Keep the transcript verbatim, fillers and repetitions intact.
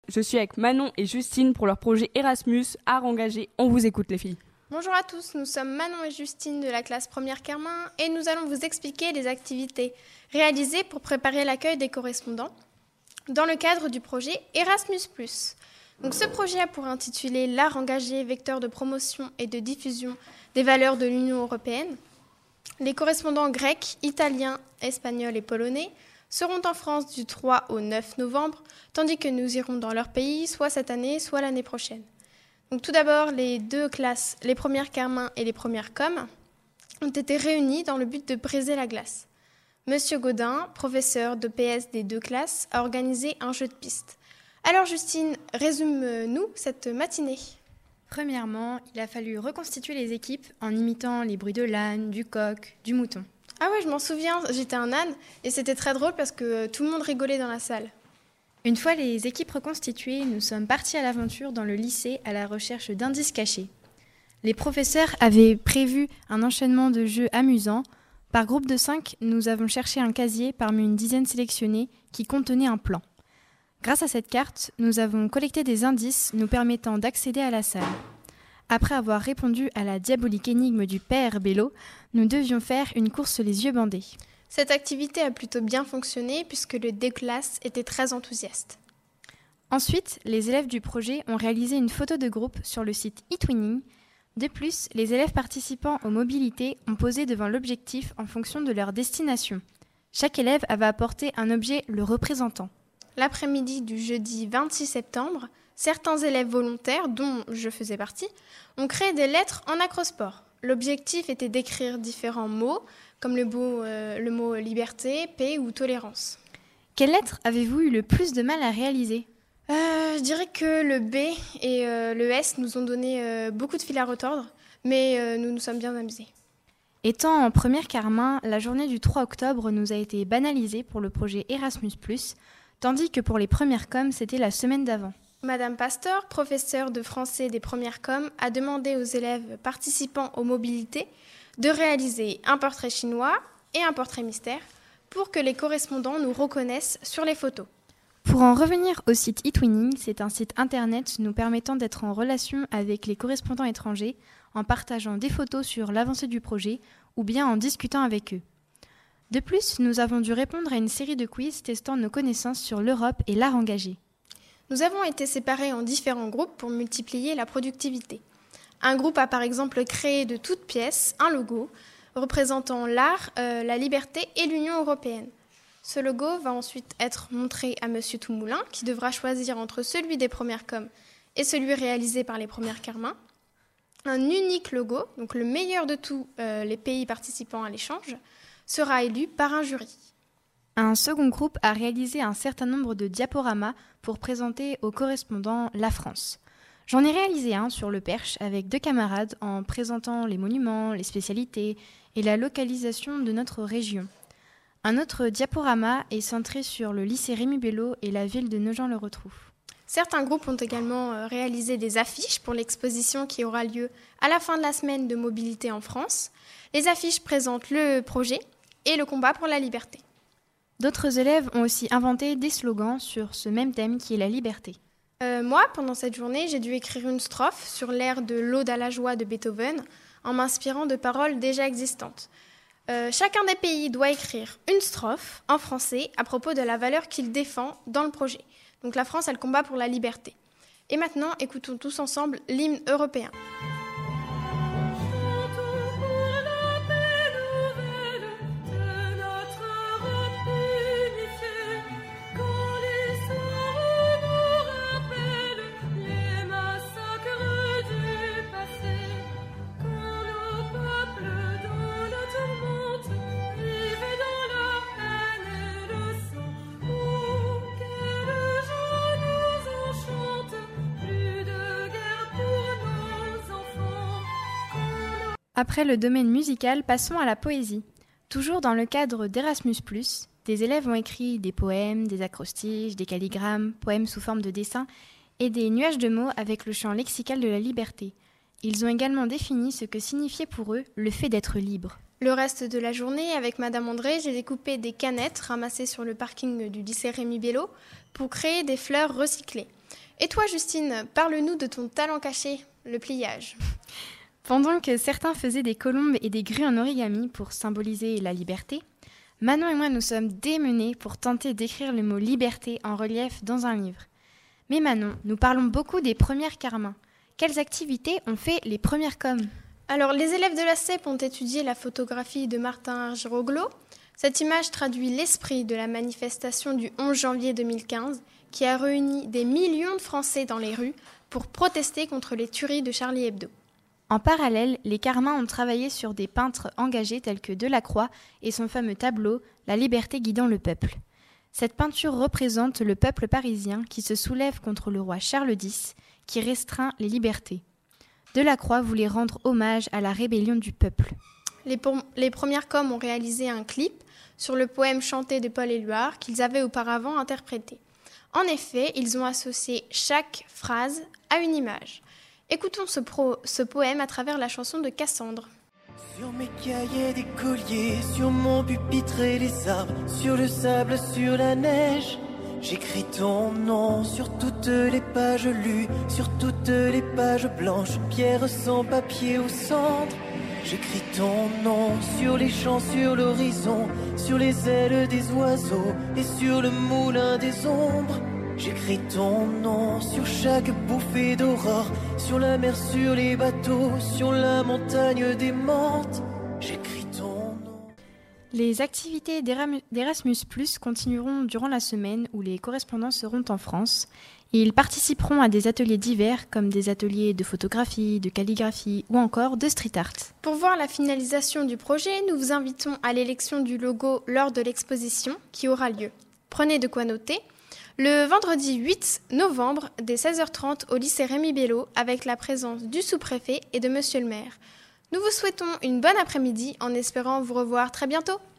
Je suis avec Manon et Justine pour leur projet Erasmus, Art engagé. On vous écoute les filles. Bonjour à tous, nous sommes Manon et Justine de la classe première Carmin et nous allons vous expliquer les activités réalisées pour préparer l'accueil des correspondants dans le cadre du projet Erasmus plus. Donc, ce projet a pour intitulé L'art engagé, vecteur de promotion et de diffusion des valeurs de l'Union européenne. Les correspondants grecs, italiens, espagnols et polonais seront en France du trois au neuf novembre, tandis que nous irons dans leur pays soit cette année, soit l'année prochaine. Donc, tout d'abord, les deux classes, les premières Carmin et les premières Com, ont été réunies dans le but de briser la glace. Monsieur Gaudin, professeur de P S des deux classes, a organisé un jeu de piste. Alors Justine, résume-nous cette matinée. Premièrement, il a fallu reconstituer les équipes en imitant les bruits de l'âne, du coq, du mouton. Ah ouais, je m'en souviens, j'étais un âne et c'était très drôle parce que tout le monde rigolait dans la salle. Une fois les équipes reconstituées, nous sommes partis à l'aventure dans le lycée à la recherche d'indices cachés. Les professeurs avaient prévu un enchaînement de jeux amusants. Par groupe de cinq, nous avons cherché un casier parmi une dizaine sélectionnée qui contenait un plan. Grâce à cette carte, nous avons collecté des indices nous permettant d'accéder à la salle. Après avoir répondu à la diabolique énigme du père Bello, nous devions faire une course les yeux bandés. Cette activité a plutôt bien fonctionné puisque les deux classes étaient très enthousiastes. Ensuite, les élèves du projet ont réalisé une photo de groupe sur le site eTwinning. De plus, les élèves participant aux mobilités ont posé devant l'objectif en fonction de leur destination. Chaque élève avait apporté un objet le représentant. L'après-midi du jeudi vingt-six septembre, certains élèves volontaires, dont je faisais partie, ont créé des lettres en acrosport. L'objectif était d'écrire différents mots, comme le mot, euh, le mot liberté, paix ou tolérance. Quelle lettre avez-vous eu le plus de mal à réaliser ? Euh, je dirais que le B et euh, le S nous ont donné euh, beaucoup de fil à retordre, mais euh, nous nous sommes bien amusés. Étant en première Carmin, la journée du trois octobre nous a été banalisée pour le projet Erasmus plus, tandis que pour les premières Com, c'était la semaine d'avant. Madame Pasteur, professeure de français des premières Com, a demandé aux élèves participant aux mobilités de réaliser un portrait chinois et un portrait mystère pour que les correspondants nous reconnaissent sur les photos. Pour en revenir au site eTwinning, c'est un site internet nous permettant d'être en relation avec les correspondants étrangers en partageant des photos sur l'avancée du projet ou bien en discutant avec eux. De plus, nous avons dû répondre à une série de quiz testant nos connaissances sur l'Europe et l'art engagé. Nous avons été séparés en différents groupes pour multiplier la productivité. Un groupe a par exemple créé de toutes pièces un logo représentant l'art, euh, la liberté et l'Union européenne. Ce logo va ensuite être montré à Monsieur Toumoulin qui devra choisir entre celui des premières Com et celui réalisé par les premières Carmin. Un unique logo, donc le meilleur de tous euh, les pays participants à l'échange, sera élu par un jury. Un second groupe a réalisé un certain nombre de diaporamas pour présenter aux correspondants la France. J'en ai réalisé un sur le Perche avec deux camarades en présentant les monuments, les spécialités et la localisation de notre région. Un autre diaporama est centré sur le lycée Rémi Bello et la ville de Nogent-le-Rotrou. Certains groupes ont également réalisé des affiches pour l'exposition qui aura lieu à la fin de la semaine de mobilité en France. Les affiches présentent le projet et le combat pour la liberté. D'autres élèves ont aussi inventé des slogans sur ce même thème qui est la liberté. Euh, moi, pendant cette journée, j'ai dû écrire une strophe sur l'air de l'Aude à la joie de Beethoven en m'inspirant de paroles déjà existantes. Euh, chacun des pays doit écrire une strophe en français à propos de la valeur qu'il défend dans le projet. Donc la France a le combat pour la liberté. Et maintenant, écoutons tous ensemble l'hymne européen. Après le domaine musical, passons à la poésie. Toujours dans le cadre d'Erasmus plus, des élèves ont écrit des poèmes, des acrostiches, des calligrammes, poèmes sous forme de dessins et des nuages de mots avec le champ lexical de la liberté. Ils ont également défini ce que signifiait pour eux le fait d'être libre. Le reste de la journée, avec Madame André, j'ai découpé des canettes ramassées sur le parking du lycée Rémi Bello pour créer des fleurs recyclées. Et toi, Justine, parle-nous de ton talent caché, le pliage. Pendant que certains faisaient des colombes et des grues en origami pour symboliser la liberté, Manon et moi nous sommes démenés pour tenter d'écrire le mot liberté en relief dans un livre. Mais Manon, nous parlons beaucoup des premières carmins. Quelles activités ont fait les premières coms ? Alors, les élèves de la C E P ont étudié la photographie de Martin Giroglo. Cette image traduit l'esprit de la manifestation du onze janvier deux mille quinze qui a réuni des millions de Français dans les rues pour protester contre les tueries de Charlie Hebdo. En parallèle, les carmins ont travaillé sur des peintres engagés tels que Delacroix et son fameux tableau « La liberté guidant le peuple ». Cette peinture représente le peuple parisien qui se soulève contre le roi Charles X, qui restreint les libertés. Delacroix voulait rendre hommage à la rébellion du peuple. Les, pour- les premières coms ont réalisé un clip sur le poème chanté de Paul Éluard qu'ils avaient auparavant interprété. En effet, ils ont associé chaque phrase à une image. Écoutons ce, pro- ce poème à travers la chanson de Cassandre. Sur mes cahiers d'écolier, sur mon pupitre et les arbres, sur le sable, sur la neige, j'écris ton nom sur toutes les pages lues, sur toutes les pages blanches, pierre sans papier ou cendre. J'écris ton nom sur les champs, sur l'horizon, sur les ailes des oiseaux et sur le moulin des ombres. J'écris ton nom sur chaque bouffée d'aurore, sur la mer, sur les bateaux, sur la montagne des menthes. J'écris ton nom. Les activités d'Eram- d'Erasmus plus, continueront durant la semaine où les correspondants seront en France. Et ils participeront à des ateliers divers comme des ateliers de photographie, de calligraphie ou encore de street art. Pour voir la finalisation du projet, nous vous invitons à l'élection du logo lors de l'exposition qui aura lieu. Prenez de quoi noter. Le vendredi huit novembre, dès seize heures trente, au lycée Rémi Bello, avec la présence du sous-préfet et de monsieur le maire. Nous vous souhaitons une bonne après-midi en espérant vous revoir très bientôt.